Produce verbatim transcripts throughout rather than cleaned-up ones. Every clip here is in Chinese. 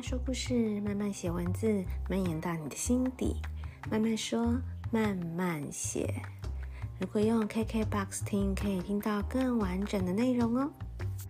慢说故事，慢慢写文字，蔓延到你的心底。慢慢说，慢慢写。如果用 K K B O X 听，可以听到更完整的内容哦。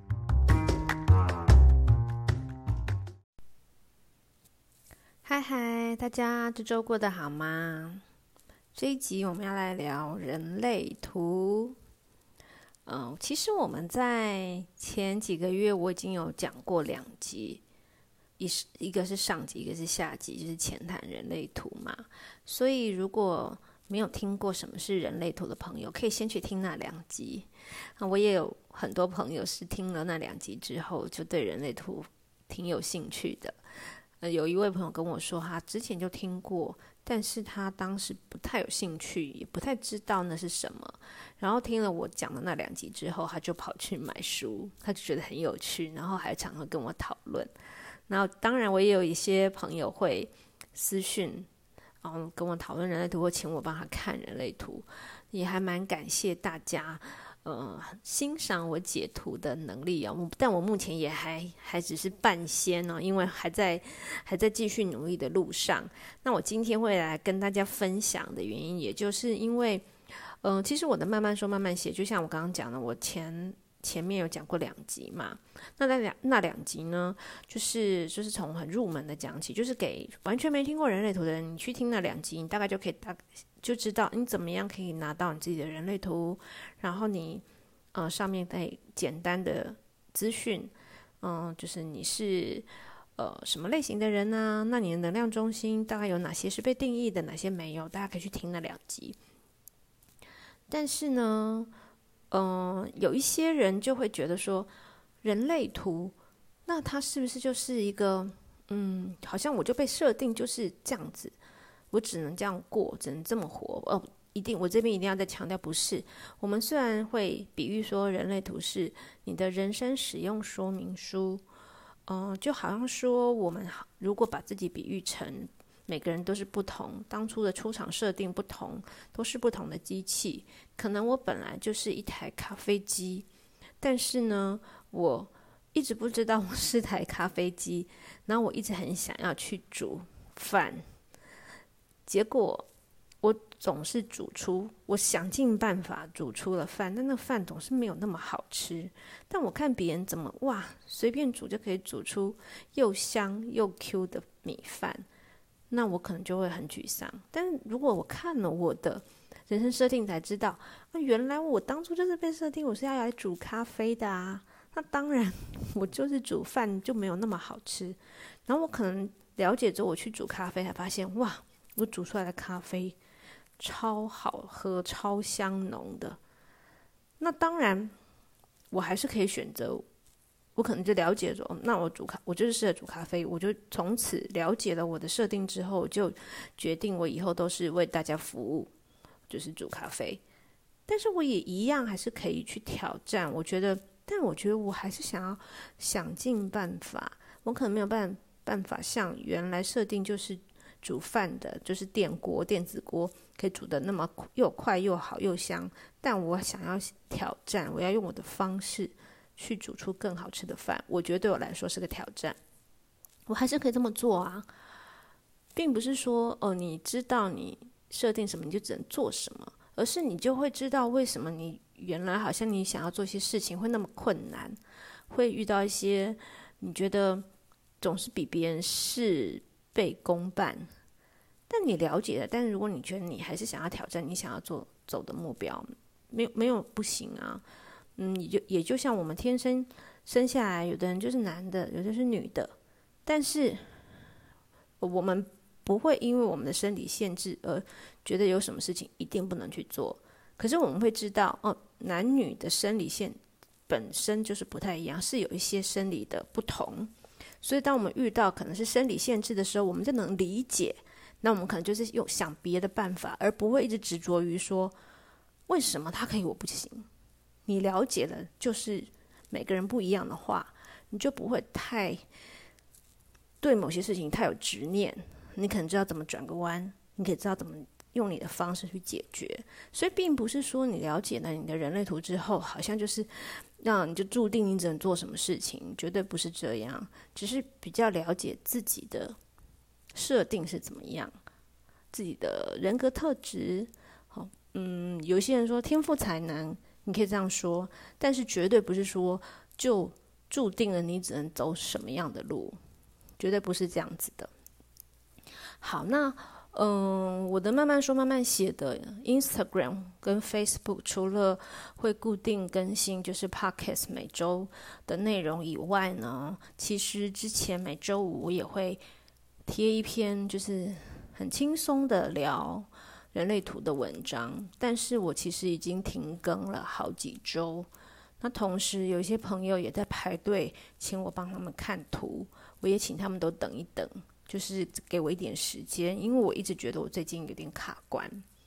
嗨嗨，大家这周过得好吗？这一集我们要来聊人类图。嗯，其实我们在前几个月我已经有讲过两集，一是一个是上集，一个是下集，就是浅谈人类图嘛。所以如果没有听过什么是人类图的朋友，可以先去听那两集。我也有很多朋友是听了那两集之后，就对人类图挺有兴趣的。呃，有一位朋友跟我说，他之前就听过，但是他当时不太有兴趣，也不太知道那是什么。然后听了我讲的那两集之后，他就跑去买书，他就觉得很有趣，然后还常常跟我讨论。然后当然我也有一些朋友会私讯，然后跟我讨论人类图，或请我帮他看人类图，也还蛮感谢大家呃，欣赏我解图的能力啊，但我目前也还还只是半仙哦，因为还在还在继续努力的路上。那我今天会来跟大家分享的原因，也就是因为，呃，其实我的慢慢说慢慢写，就像我刚刚讲的，我前前面有讲过两集嘛。那那两那两集呢，就是就是从很入门的讲起，就是给完全没听过人类图的人，你去听那两集，你大概就可以大就知道你怎么样可以拿到你自己的人类图，然后你呃上面再简单的资讯，嗯、呃，就是你是呃什么类型的人呢、啊？那你的能量中心大概有哪些是被定义的，哪些没有？大家可以去听那两集。但是呢，嗯、呃，有一些人就会觉得说，人类图，那它是不是就是一个嗯，好像我就被设定就是这样子？我只能这样过，只能这么活哦。一定，我这边一定要再强调，不是。我们虽然会比喻说人类图是你的人生使用说明书，嗯、呃，就好像说我们如果把自己比喻成每个人都是不同，当初的出厂设定不同，都是不同的机器。可能我本来就是一台咖啡机，但是呢，我一直不知道我是台咖啡机，然后我一直很想要去煮饭。结果我总是煮出，我想尽办法煮出了饭，但那饭总是没有那么好吃。但我看别人怎么哇，随便煮就可以煮出又香又 Q 的米饭，那我可能就会很沮丧。但如果我看了我的人生设定才知道，啊，原来我当初就是被设定我是要来煮咖啡的啊，那当然我就是煮饭就没有那么好吃。然后我可能了解之后，我去煮咖啡才发现，哇，我煮出来的咖啡超好喝，超香浓的。那当然我还是可以选择，我可能就了解说，那我煮咖我就是适合煮咖啡，我就从此了解了我的设定之后，就决定我以后都是为大家服务，就是煮咖啡。但是我也一样还是可以去挑战，我觉得但我觉得我还是想要想尽办法，我可能没有办办法像原来设定就是煮饭的，就是电锅、电子锅可以煮的那么又快又好又香。但我想要挑战，我要用我的方式去煮出更好吃的饭，我觉得对我来说是个挑战。我还是可以这么做啊，并不是说哦，你知道你设定什么你就只能做什么，而是你就会知道为什么你原来好像你想要做一些事情会那么困难，会遇到一些你觉得总是比别人事倍功半。但你了解了，但是如果你觉得你还是想要挑战你想要做走的目标，没有没有不行啊。嗯，也就也就像我们天生生下来，有的人就是男的，有的是女的，但是我们不会因为我们的生理限制而觉得有什么事情一定不能去做。可是我们会知道，哦，男女的生理线本身就是不太一样，是有一些生理的不同。所以当我们遇到可能是生理限制的时候，我们就能理解。那我们可能就是用想别的办法，而不会一直执着于说为什么他可以我不行。你了解了就是每个人不一样的话，你就不会太对某些事情太有执念。你可能知道怎么转个弯，你可以知道怎么用你的方式去解决。所以并不是说你了解了你的人类图之后，好像就是让你就注定你只能做什么事情，绝对不是这样，只是比较了解自己的设定是怎么样，自己的人格特质。好，嗯，有些人说天赋才能，你可以这样说，但是绝对不是说就注定了你只能走什么样的路，绝对不是这样子的。好，那嗯，我的慢慢说慢慢写的 Instagram 跟 Facebook 除了会固定更新就是 Podcast 每周的内容以外呢，其实之前每周五我也会贴一篇就是很轻松的聊人类图的文章，但是我其实已经停更了好几周。那同时有一些朋友也在排队请我帮他们看图，我也请他们都等一等，就是给我一点时间，因为我一直觉得我最近有点卡关。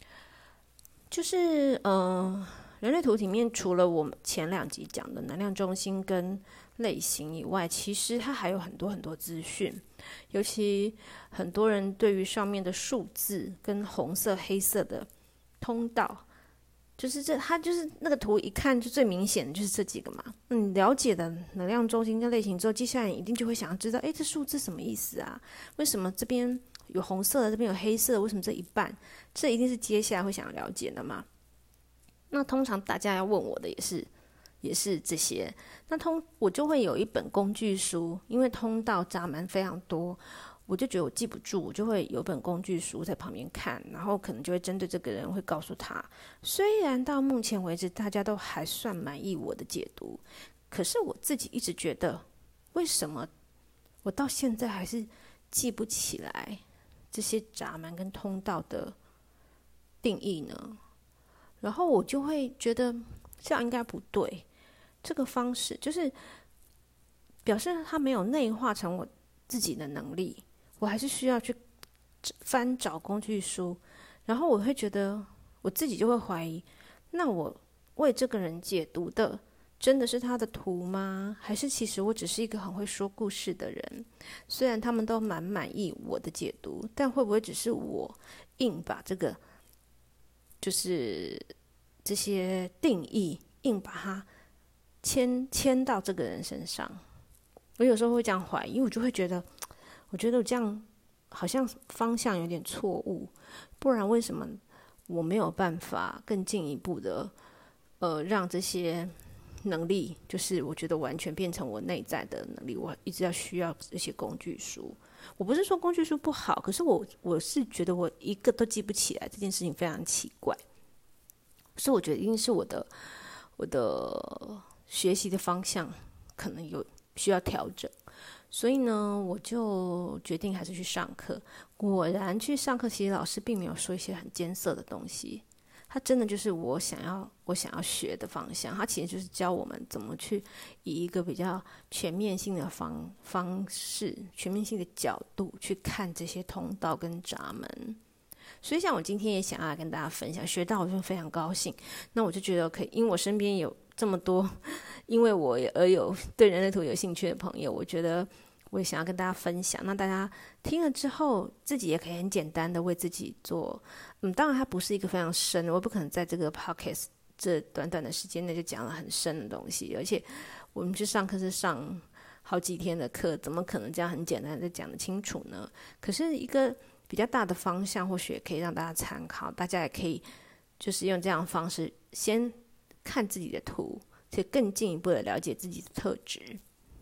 就是呃，人类图里面除了我前两集讲的能量中心跟类型以外，其实它还有很多很多资讯，尤其很多人对于上面的数字跟红色黑色的通道，就是这它就是那个图一看就最明显的就是这几个嘛。那你了解的能量中心跟类型之后，接下来你一定就会想要知道，哎，这数字什么意思啊？为什么这边有红色的，这边有黑色的？为什么这一半？这一定是接下来会想要了解的嘛。那通常大家要问我的也是也是这些。那通我就会有一本工具书，因为通道闸门非常多，我就觉得我记不住，我就会有本工具书在旁边看，然后可能就会针对这个人会告诉他，虽然到目前为止大家都还算满意我的解读，可是我自己一直觉得，为什么我到现在还是记不起来这些闸门跟通道的定义呢？然后我就会觉得这样应该不对，这个方式就是表示它没有内化成我自己的能力，我还是需要去翻找工具书，然后我会觉得我自己就会怀疑，那我为这个人解读的真的是他的图吗？还是其实我只是一个很会说故事的人？虽然他们都蛮满意我的解读，但会不会只是我硬把这个就是这些定义硬把它牵牵到这个人身上？我有时候会这样怀疑，因为我就会觉得，我觉得我这样好像方向有点错误，不然为什么我没有办法更进一步的，呃，让这些能力，就是我觉得完全变成我内在的能力？我一直要需要这些工具书。我不是说工具书不好，可是我我是觉得我一个都记不起来，这件事情非常奇怪。所以我觉得一定是我的我的学习的方向可能有需要调整，所以呢，我就决定还是去上课。果然去上课，其实老师并没有说一些很艰涩的东西，他真的就是我想要我想要学的方向。他其实就是教我们怎么去以一个比较全面性的方方式、全面性的角度去看这些通道跟闸门。所以像我今天也想要来跟大家分享，学到我就非常高兴。那我就觉得可以，因为我身边有这么多因为我而有对人类图有兴趣的朋友，我觉得我也想要跟大家分享。那大家听了之后，自己也可以很简单的为自己做。嗯，当然它不是一个非常深，我不可能在这个 podcast 这短短的时间内就讲了很深的东西，而且我们去上课是上好几天的课，怎么可能这样很简单的讲得清楚呢？可是一个比较大的方向，或许也可以让大家参考，大家也可以就是用这样的方式先看自己的图，且更进一步的了解自己的特质。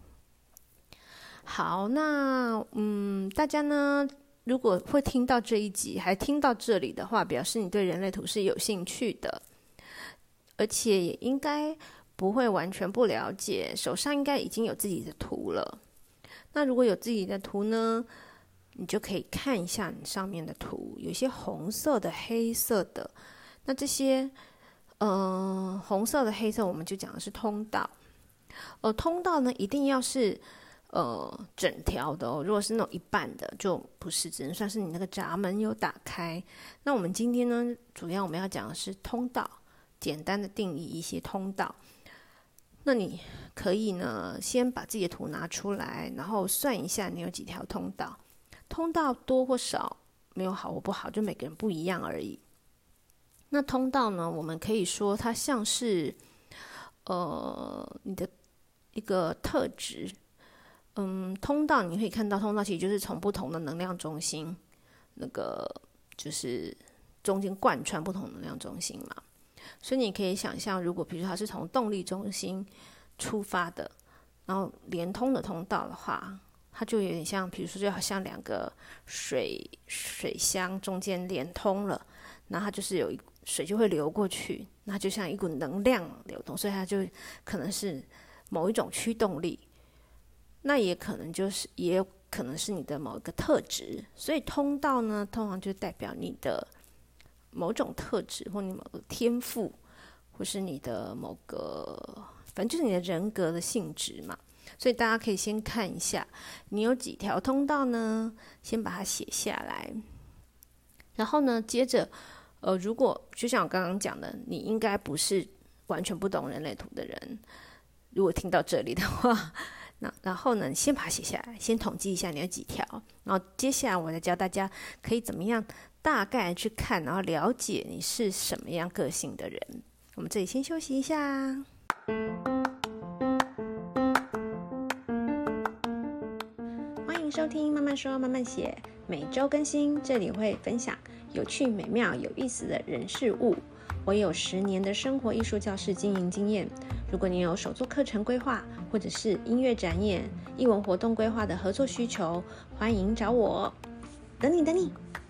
好，那嗯，大家呢，如果会听到这一集，还听到这里的话，表示你对人类图是有兴趣的，而且也应该不会完全不了解，手上应该已经有自己的图了。那如果有自己的图呢，你就可以看一下你上面的图，有些红色的、黑色的，那这些呃红色的、黑色，我们就讲的是通道。呃，通道呢一定要是呃整条的哦，如果是那种一半的，就不是，只能算是你那个闸门有打开。那我们今天呢，主要我们要讲的是通道，简单的定义一些通道。那你可以呢，先把自己的图拿出来，然后算一下你有几条通道。通道多或少没有好或不好，就每个人不一样而已。那通道呢，我们可以说它像是呃你的一个特质。嗯，通道你可以看到，通道其实就是从不同的能量中心，那个就是中间贯穿不同能量中心嘛。所以你可以想象，如果比如说它是从动力中心出发的，然后连通的通道的话，它就有点像，比如说就好像两个水水箱中间连通了，然后它就是有一水就会流过去，那就像一股能量流动，所以它就可能是某一种驱动力。那也可能就是也有可能是你的某一个特质，所以通道呢，通常就代表你的某种特质，或你某个天赋，或是你的某个，反正就是你的人格的性质嘛。所以大家可以先看一下，你有几条通道呢？先把它写下来，然后呢，接着，呃，如果就像我刚刚讲的，你应该不是完全不懂人类图的人，如果听到这里的话。那然后呢，你先把它写下来，先统计一下你有几条，然后接下来我再教大家可以怎么样大概去看，然后了解你是什么样个性的人。我们这里先休息一下。欢迎收听慢慢说慢慢写，每周更新，这里会分享有趣美妙有意思的人事物。我有十年的生活艺术教室经营经验，如果你有手作课程规划，或者是音乐展演、艺文活动规划的合作需求，欢迎找我，等你等你。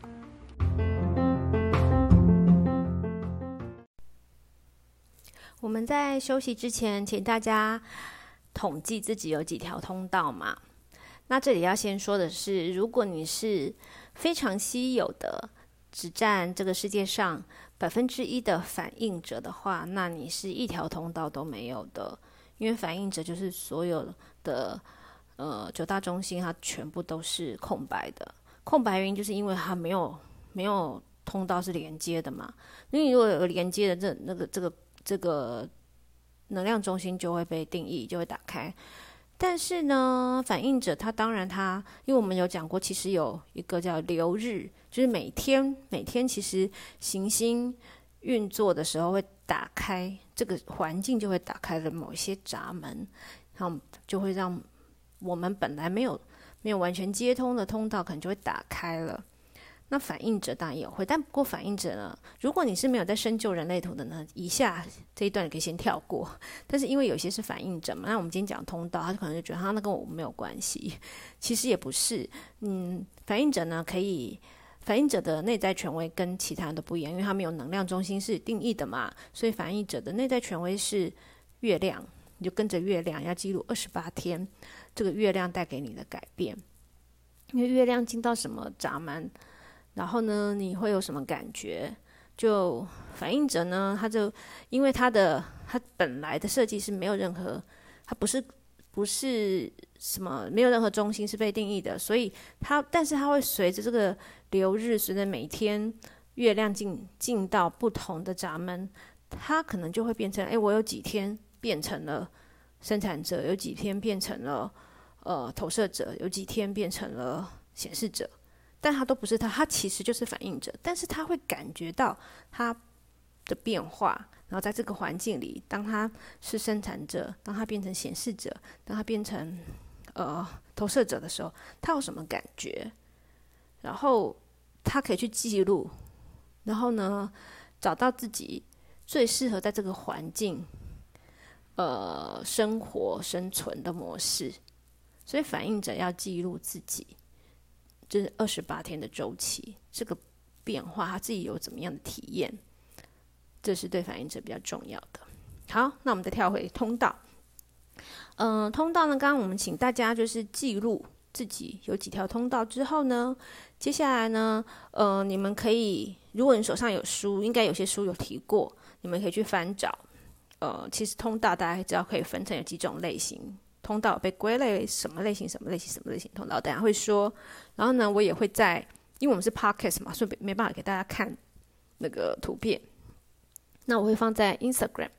我们在休息之前，请大家统计自己有几条通道嘛。那这里要先说的是，如果你是非常稀有的，只占这个世界上百分之一的反应者的话，那你是一条通道都没有的。因为反应者就是所有的呃九大中心，它全部都是空白的。空白原因就是因为它没有没有通道是连接的嘛。因为如果有个连接的这那个这个这个能量中心就会被定义，就会打开。但是呢，反应者他当然他，因为我们有讲过，其实有一个叫流日，就是每天每天其实行星运作的时候会打开这个环境，就会打开了某一些闸门，然后就会让我们本来没有没有完全接通的通道，可能就会打开了。那反应者当然也会，但不过反应者呢，如果你是没有在深究人类图的呢，以下这一段你可以先跳过。但是因为有些是反应者嘛，那我们今天讲通道，他可能就觉得他那跟我没有关系，其实也不是。嗯，反应者呢可以。反应者的内在权威跟其他人都不一样，因为他们有能量中心是定义的嘛，所以反应者的内在权威是月亮，你就跟着月亮要记录二十八天，这个月亮带给你的改变。因为月亮进到什么闸门，然后呢你会有什么感觉？就反应者呢，他就因为他的他本来的设计是没有任何，他不是不是什么没有任何中心是被定义的，所以它但是它会随着这个流日，随着每天月亮进进到不同的闸门，它可能就会变成，哎，我有几天变成了生产者，有几天变成了呃投射者，有几天变成了显示者，但它都不是它，它其实就是反应者，但是它会感觉到它的变化。然后在这个环境里，当他是生产者，当他变成显示者，当他变成呃投射者的时候，他有什么感觉？然后他可以去记录，然后呢，找到自己最适合在这个环境呃生活生存的模式。所以反应者要记录自己，就是二十八天的周期，这个变化他自己有怎么样的体验。这是对反应者比较重要的。好，那我们再跳回通道。嗯、呃，通道呢，刚刚我们请大家就是记录自己有几条通道之后呢，接下来呢，呃，你们可以，如果你手上有书，应该有些书有提过，你们可以去翻找。呃，其实通道大家知道可以分成有几种类型，通道被归类为什么类型、什么类型、什么类型通道，等一下会说。然后呢，我也会在，因为我们是 podcast 嘛，所以没办法给大家看那个图片。那我会放在 Instagram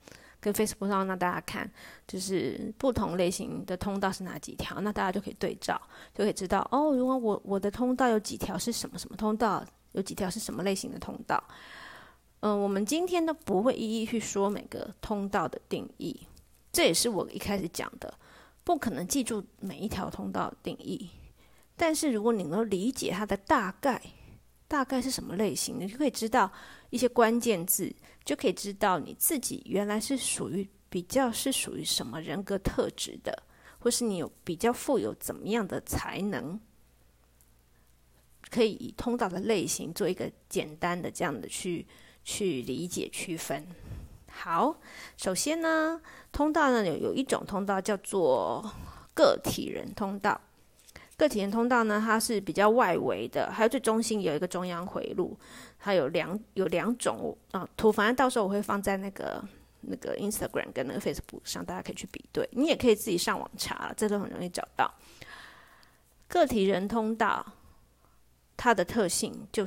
跟 Facebook 上让大家看，就是不同类型的通道是哪几条，那大家就可以对照，就可以知道哦，如果我我的通道有几条是什么什么通道，有几条是什么类型的通道。嗯、呃，我们今天都不会一一去说每个通道的定义，这也是我一开始讲的，不可能记住每一条通道的定义，但是如果你能够理解它的大概，大概是什么类型，你就可以知道一些关键字，就可以知道你自己原来是属于比较是属于什么人格特质的，或是你有比较富有怎么样的才能，可以以通道的类型做一个简单的这样的去去理解区分。好，首先呢，通道呢有有一种通道叫做个体人通道。个体人通道呢，它是比较外围的，还有最中心有一个中央回路，它有两有两种啊图，反正到时候我会放在那个那个 Instagram 跟那个 Facebook 上，大家可以去比对，你也可以自己上网查，这都很容易找到。个体人通道它的特性就是，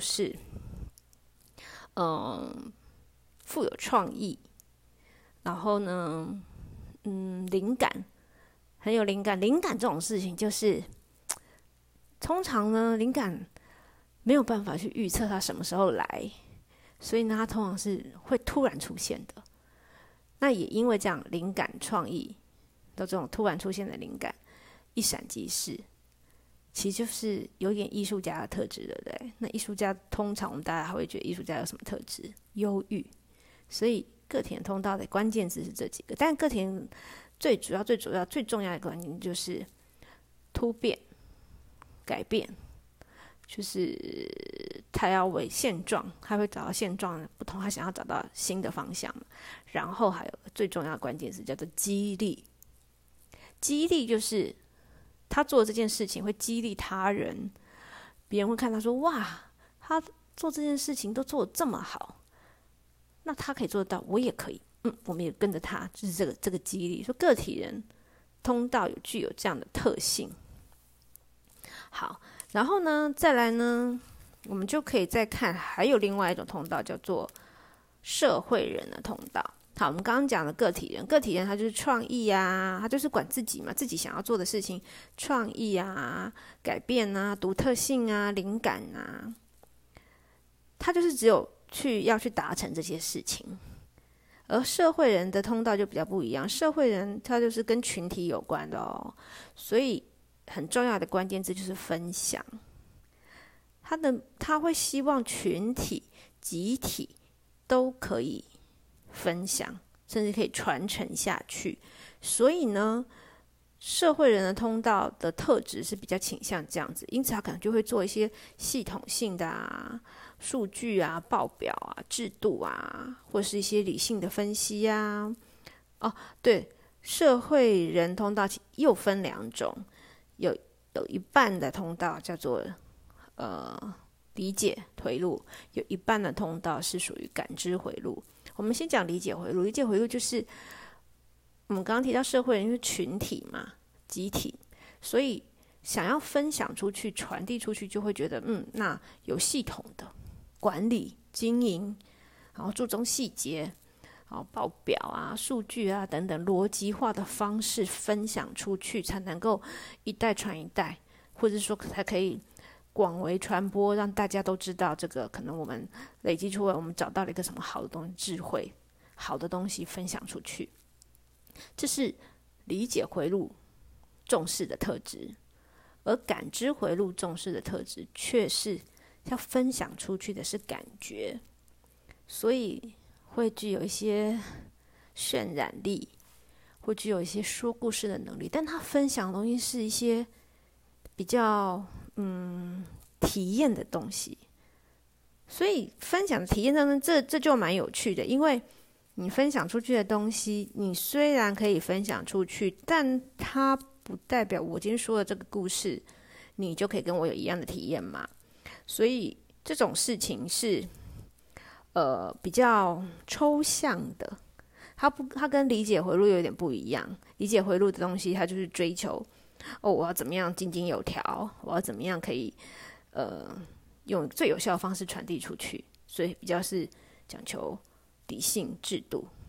嗯，富有创意，然后呢，嗯，灵感，很有灵感。灵感这种事情就是。通常呢，灵感没有办法去预测它什么时候来，所以呢，它通常是会突然出现的。那也因为这样，灵感、创意的这种突然出现的灵感，一闪即逝，其实就是有点艺术家的特质，对不对？那艺术家通常我们大家还会觉得艺术家有什么特质？忧郁。所以个体人通道的关键字是这几个，但个体人最主要、最主要、最重要的关键就是突变。改变，就是他要为现状，他会找到现状的不同，他想要找到新的方向。然后还有最重要的关键词叫做激励，激励就是他做这件事情会激励他人，别人会看他说哇，他做这件事情都做得这么好，那他可以做得到，我也可以，嗯，我们也跟着他，就是这个这个激励。说个体人通道有具有这样的特性。好，然后呢，再来呢，我们就可以再看，还有另外一种通道叫做社会人的通道。好，我们刚刚讲的个体人，个体人他就是创意啊，他就是管自己嘛，自己想要做的事情，创意啊、改变啊、独特性啊、灵感啊，他就是只有去要去达成这些事情。而社会人的通道就比较不一样，社会人他就是跟群体有关的哦，所以。很重要的关键字就是分享，他的他会希望群体、集体都可以分享，甚至可以传承下去。所以呢，社会人的通道的特质是比较倾向这样子，因此他可能就会做一些系统性的啊、数据啊、报表啊、制度啊，或是一些理性的分析啊。哦，对，社会人通道又分两种。有有一半的通道叫做呃理解回路，有一半的通道是属于感知回路。我们先讲理解回路，理解回路就是我们刚刚提到社会人是群体嘛，集体，所以想要分享出去、传递出去，就会觉得嗯，那有系统的管理、经营，然后注重细节。好，报表啊、数据啊等等，逻辑化的方式分享出去，才能够一代传一代，或者说才可以广为传播，让大家都知道这个可能我们累积出来，我们找到了一个什么好的东西，智慧好的东西分享出去，这是理解回路重视的特质，而感知回路重视的特质却是要分享出去的是感觉，所以。会具有一些渲染力，会具有一些说故事的能力，但他分享的东西是一些比较嗯体验的东西，所以分享的体验当中，这这就蛮有趣的，因为你分享出去的东西，你虽然可以分享出去，但它不代表我今天说的这个故事，你就可以跟我有一样的体验嘛，所以这种事情是。呃，比较抽象的，它不，它跟理解回路有点不一样。理解回路的东西，它就是追求，哦，我要怎么样井井有条，我要怎么样可以，呃，用最有效的方式传递出去，所以比较是讲求理性制度。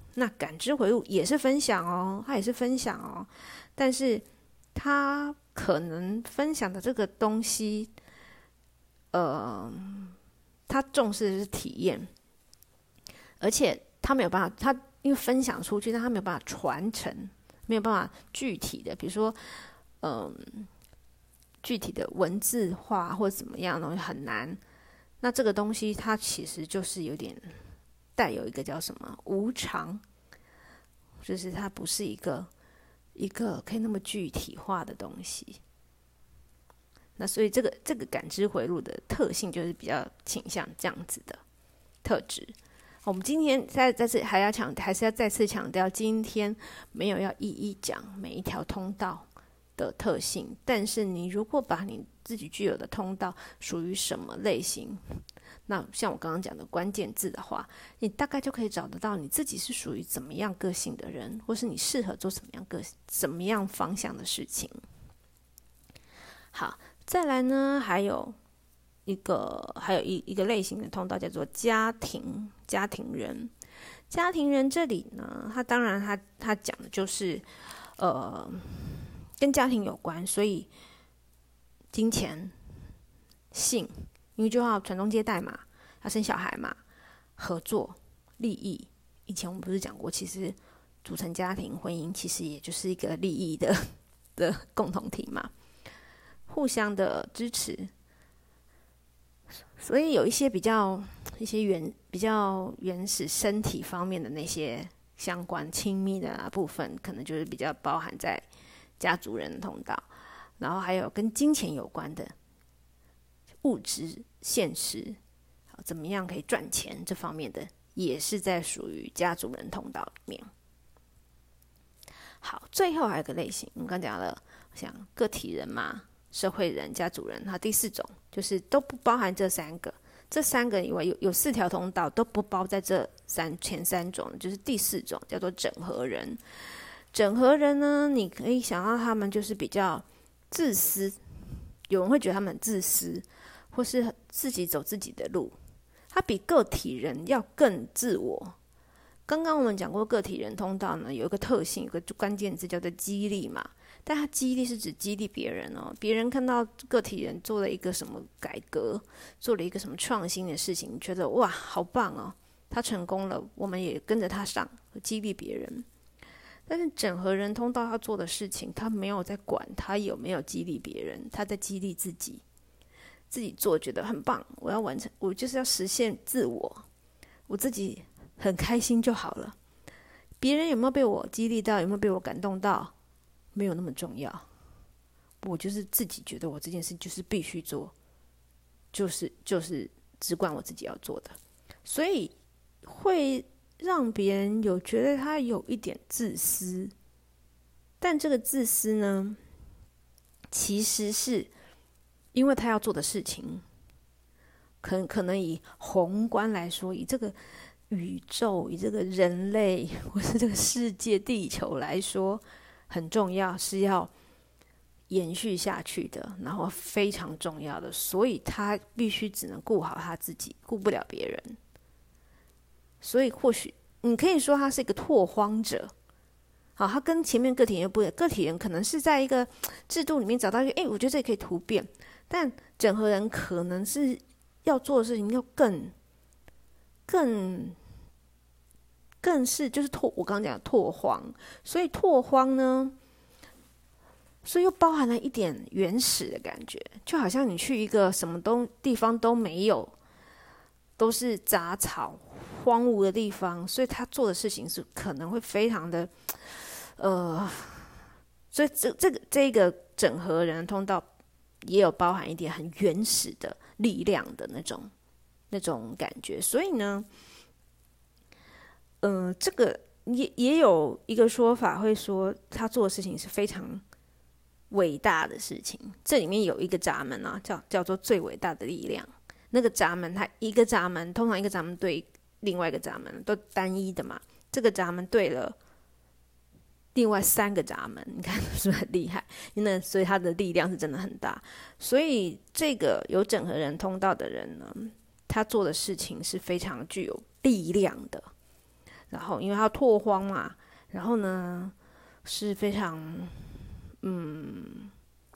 那感知回路也是分享哦，它也是分享哦，但是他可能分享的这个东西，呃，他重视的是体验，而且他没有办法，他因为分享出去，但他没有办法传承，没有办法具体的，比如说，嗯、呃，具体的文字化或者怎么样的东西很难。那这个东西它其实就是有点带有一个叫什么无常，就是它不是一个一个可以那么具体化的东西。那所以这个这个感知回路的特性就是比较倾向这样子的特质。我们今天再再次还要强，还是要再次强调，今天没有要一一讲每一条通道的特性，但是你如果把你自己具有的通道属于什么类型，那像我刚刚讲的关键字的话，你大概就可以找得到你自己是属于怎么样个性的人，或是你适合做什么样个怎么样方向的事情。好，再来呢，还有一个还有一一个类型的通道叫做家庭家庭人。家庭人这里呢，他当然他他讲的就是呃跟家庭有关，所以金钱、性，因为就要传宗接代嘛，要生小孩嘛，合作、利益。以前我们不是讲过，其实组成家庭、婚姻其实也就是一个利益的的共同体嘛，互相的支持。所以有一些比较一些原比较原始身体方面的那些相关亲密的、啊、部分，可能就是比较包含在家族人的通道，然后还有跟金钱有关的物质现实，怎么样可以赚钱这方面的，也是在属于家族人通道里面。好，最后还有一个类型，我们刚讲了，像个体人嘛，社会人、家族人，好，第四种就是都不包含这三个，这三个以外有有四条通道都不包在这三前三种，就是第四种叫做整合人。整合人呢，你可以想到他们就是比较自私，有人会觉得他们很自私，或是自己走自己的路，他比个体人要更自我。刚刚我们讲过个体人通道呢，有一个特性，有个关键字叫做激励嘛，但他激励是指激励别人哦，别人看到个体人做了一个什么改革，做了一个什么创新的事情，觉得哇好棒哦，他成功了，我们也跟着他上，激励别人。但是整合人通道他做的事情，他没有在管他有没有激励别人，他在激励自己，自己做觉得很棒，我要完成，我就是要实现自我，我自己很开心就好了。别人有没有被我激励到，有没有被我感动到，没有那么重要。我就是自己觉得我这件事就是必须做，就是就是只管我自己要做的，所以会让别人有觉得他有一点自私。但这个自私呢，其实是因为他要做的事情，可可能以宏观来说，以这个宇宙、以这个人类或是这个世界、地球来说，很重要，是要延续下去的，然后非常重要的，所以他必须只能顾好他自己，顾不了别人。所以或许你可以说他是一个拓荒者。好，他跟前面个体人不一样，个体人可能是在一个制度里面找到一个，哎，我觉得这可以突变，但整合人可能是要做的事情要更更更是就是拓，我刚刚讲的拓荒，所以拓荒呢，所以又包含了一点原始的感觉，就好像你去一个什么东地方都没有，都是杂草荒芜的地方，所以他做的事情是可能会非常的呃，所以这这个这个整合人的通道也有包含一点很原始的力量的那种那种感觉，所以呢，呃，这个也也有一个说法会说他做的事情是非常伟大的事情。这里面有一个闸门啊，叫叫做最伟大的力量。那个闸门，它一个闸门，通常一个闸门对另外一个闸门都单一的嘛，这个闸门对了另外三个闸门，你看是不是很厉害？那所以他的力量是真的很大。所以这个有整合人通道的人呢，他做的事情是非常具有力量的。 然后因为他要拓荒嘛，然后呢是非常嗯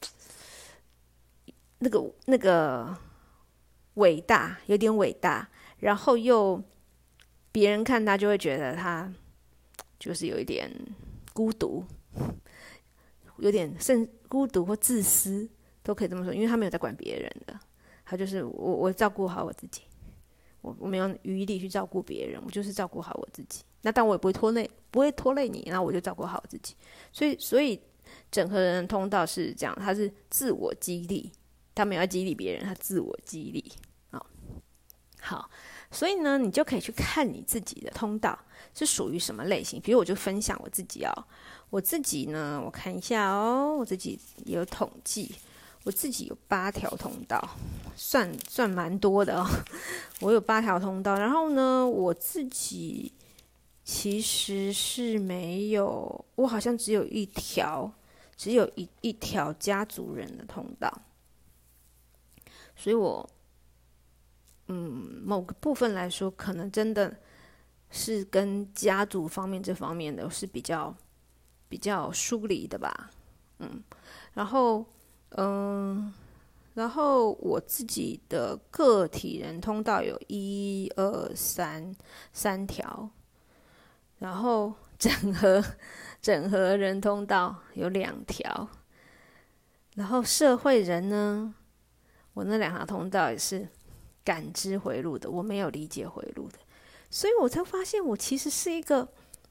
那个那个伟大，有点伟大，然后又别人看他就会觉得他就是有一点孤独，有点甚孤独或自私都可以这么说，因为他没有在管别人的，他就是我我照顾好我自己，我我没有余力去照顾别人，我就是照顾好我自己。那但我也不会拖累，不会拖累你，那我就照顾好我自己。所以所以整合人的通道是这样，他是自我激励，他没有要激励别人，他自我激励。好，好，所以呢，你就可以去看你自己的通道是属于什么类型。比如我就分享我自己哦，我自己呢，我看一下哦，我自己也有统计。我自己有八条通道，算算蛮多的哦。我有八条通道，然后呢，我自己其实是没有，我好像只有一条，只有一一条家族人的通道，所以我，嗯，某个部分来说，可能真的是跟家族方面这方面的是比较比较疏离的吧，嗯，然后。嗯，然后我自己的个体人通道有一二三三条，然后整合整合人通道有两条，然后社会人呢，我那两条通道也是感知回路的，我没有理解回路的，所以我才发现我其实是一个，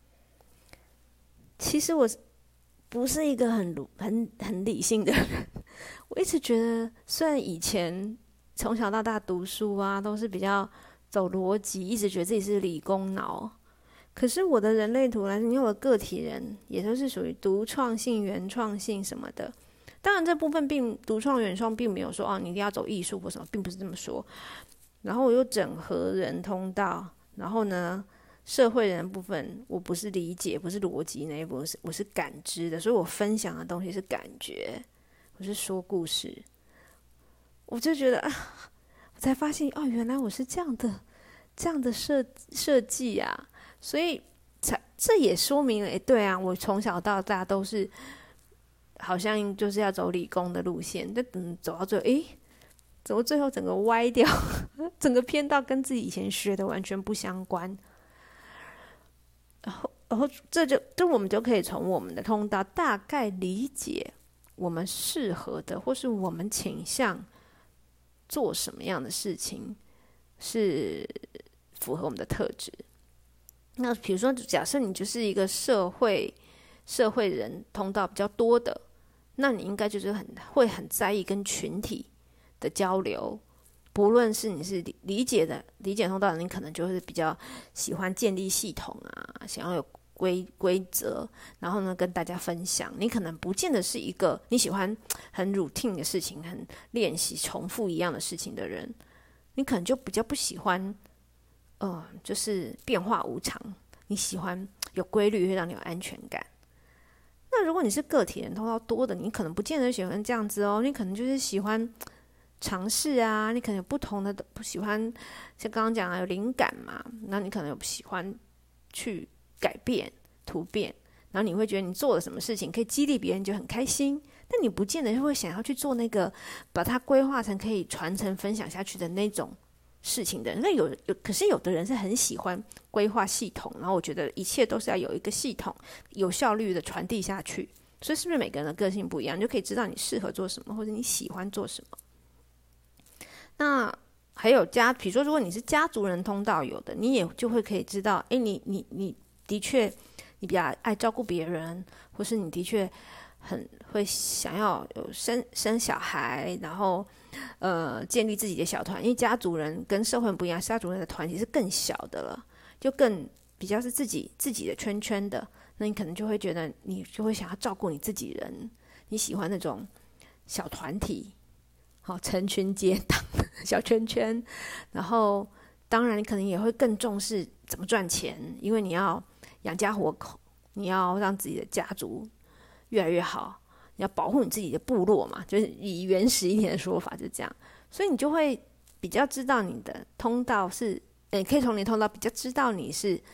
其实我不是一个很很很理性的人。我一直觉得，虽然以前从小到大读书啊，都是比较走逻辑，一直觉得自己是理工脑，可是我的人类图来，因为我的个体人也都是属于独创性、原创性什么的。当然，这部分并独创、原创并没有说哦，你一定要走艺术或什么，并不是这么说。然后我又整合人通道，然后呢，社会人的部分，我不是理解，不是逻辑那一部分，我是感知的，所以我分享的东西是感觉。我是说故事，我就觉得啊，我才发现哦，原来我是这样的，这样的设设计啊，所以才这也说明了，哎，对啊，我从小到大都是好像就是要走理工的路线，但等走到最后，哎，怎么最后整个歪掉，整个偏到跟自己以前学的完全不相关，然后，然后这就这我们就可以从我们的通道大概理解。我们适合的，或是我们倾向做什么样的事情是符合我们的特质。那比如说，假设你就是一个社会社会人通道比较多的，那你应该就是很会很在意跟群体的交流。不论是你是理解的理解通道的，你可能就是比较喜欢建立系统啊，想要有规规则，然后呢跟大家分享。你可能不见得是一个你喜欢很 routine 的事情，很练习重复一样的事情的人，你可能就比较不喜欢，呃，就是变化无常。你喜欢有规律，会让你有安全感。那如果你是个体人通道多的，你可能不见得喜欢这样子哦，你可能就是喜欢尝试啊，你可能有不同的不喜欢，像刚刚讲的有灵感嘛，那你可能有喜欢去改变、突变，然后你会觉得你做了什么事情可以激励别人，就很开心。但你不见得会想要去做那个把它规划成可以传承分享下去的那种事情的人。那有有，可是有的人是很喜欢规划系统，然后我觉得一切都是要有一个系统，有效率的传递下去。所以是不是每个人的个性不一样，你就可以知道你适合做什么，或者你喜欢做什么。那还有家，比如说如果你是家族人通道有的，你也就会可以知道，哎，你你你的确你比较爱照顾别人，或是你的确很会想要有生生小孩，然后呃建立自己的小团。因为家族人跟社会不一样，家族人的团体是更小的了，就更比较是自己自己的圈圈的。那你可能就会觉得你就会想要照顾你自己人，你喜欢那种小团体，好成群结党小圈圈。然后当然你可能也会更重视怎么赚钱，因为你要养家活口，你要让自己的家族越来越好，你要保护你自己的部落嘛，就是以原始一点的说法就是这样。所以你就会比较知道你的通道是，你可以从你的通道比较知道你是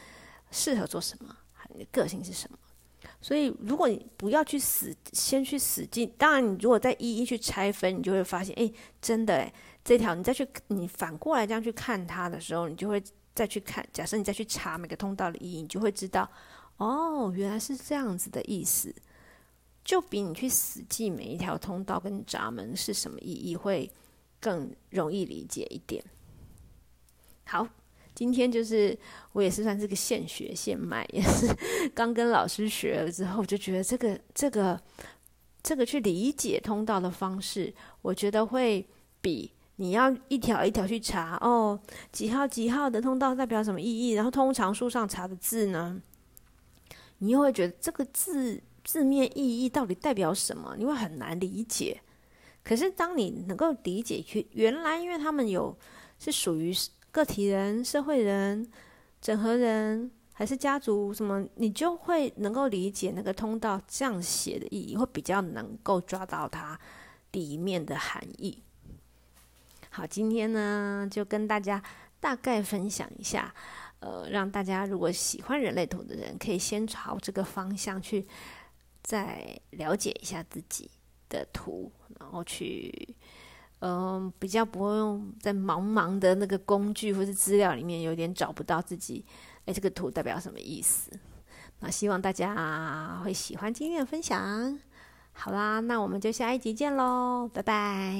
适合做什么，你的个性是什么。所以如果你不要去死先去死记，当然你如果再一一去拆分，你就会发现哎，真的哎，这条你再去你反过来这样去看它的时候，你就会再去看，假设你再去查每个通道的意义，你就会知道哦，原来是这样子的意思，就比你去死记每一条通道跟闸门是什么意义会更容易理解一点。好，今天就是我也是算是个现学现卖，也是刚跟老师学了之后，就觉得这个这个这个去理解通道的方式，我觉得会比你要一条一条去查哦，几号几号的通道代表什么意义，然后通常书上查的字呢，你又会觉得这个字字面意义到底代表什么，你会很难理解。可是当你能够理解，原来因为他们有是属于个体人、社会人、整合人还是家族什么，你就会能够理解那个通道这样写的意义，会比较能够抓到它里面的含义。好，今天呢就跟大家大概分享一下，呃，让大家如果喜欢人类图的人，可以先朝这个方向去再了解一下自己的图，然后去嗯，比较不会用在茫茫的那个工具或是资料里面有点找不到自己，哎，这个图代表什么意思？那希望大家会喜欢今天的分享。好啦，那我们就下一集见咯，拜拜。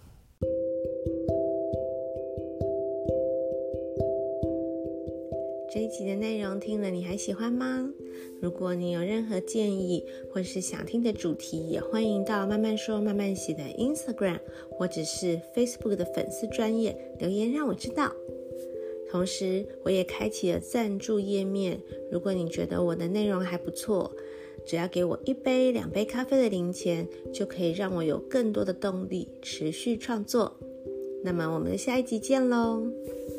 这一集的内容听了你还喜欢吗？如果你有任何建议或是想听的主题，也欢迎到慢慢说慢慢写的 Instagram 或者是 Facebook 的粉丝专页留言让我知道。同时我也开启了赞助页面，如果你觉得我的内容还不错，只要给我一杯两杯咖啡的零钱，就可以让我有更多的动力持续创作。那么我们下一集见咯。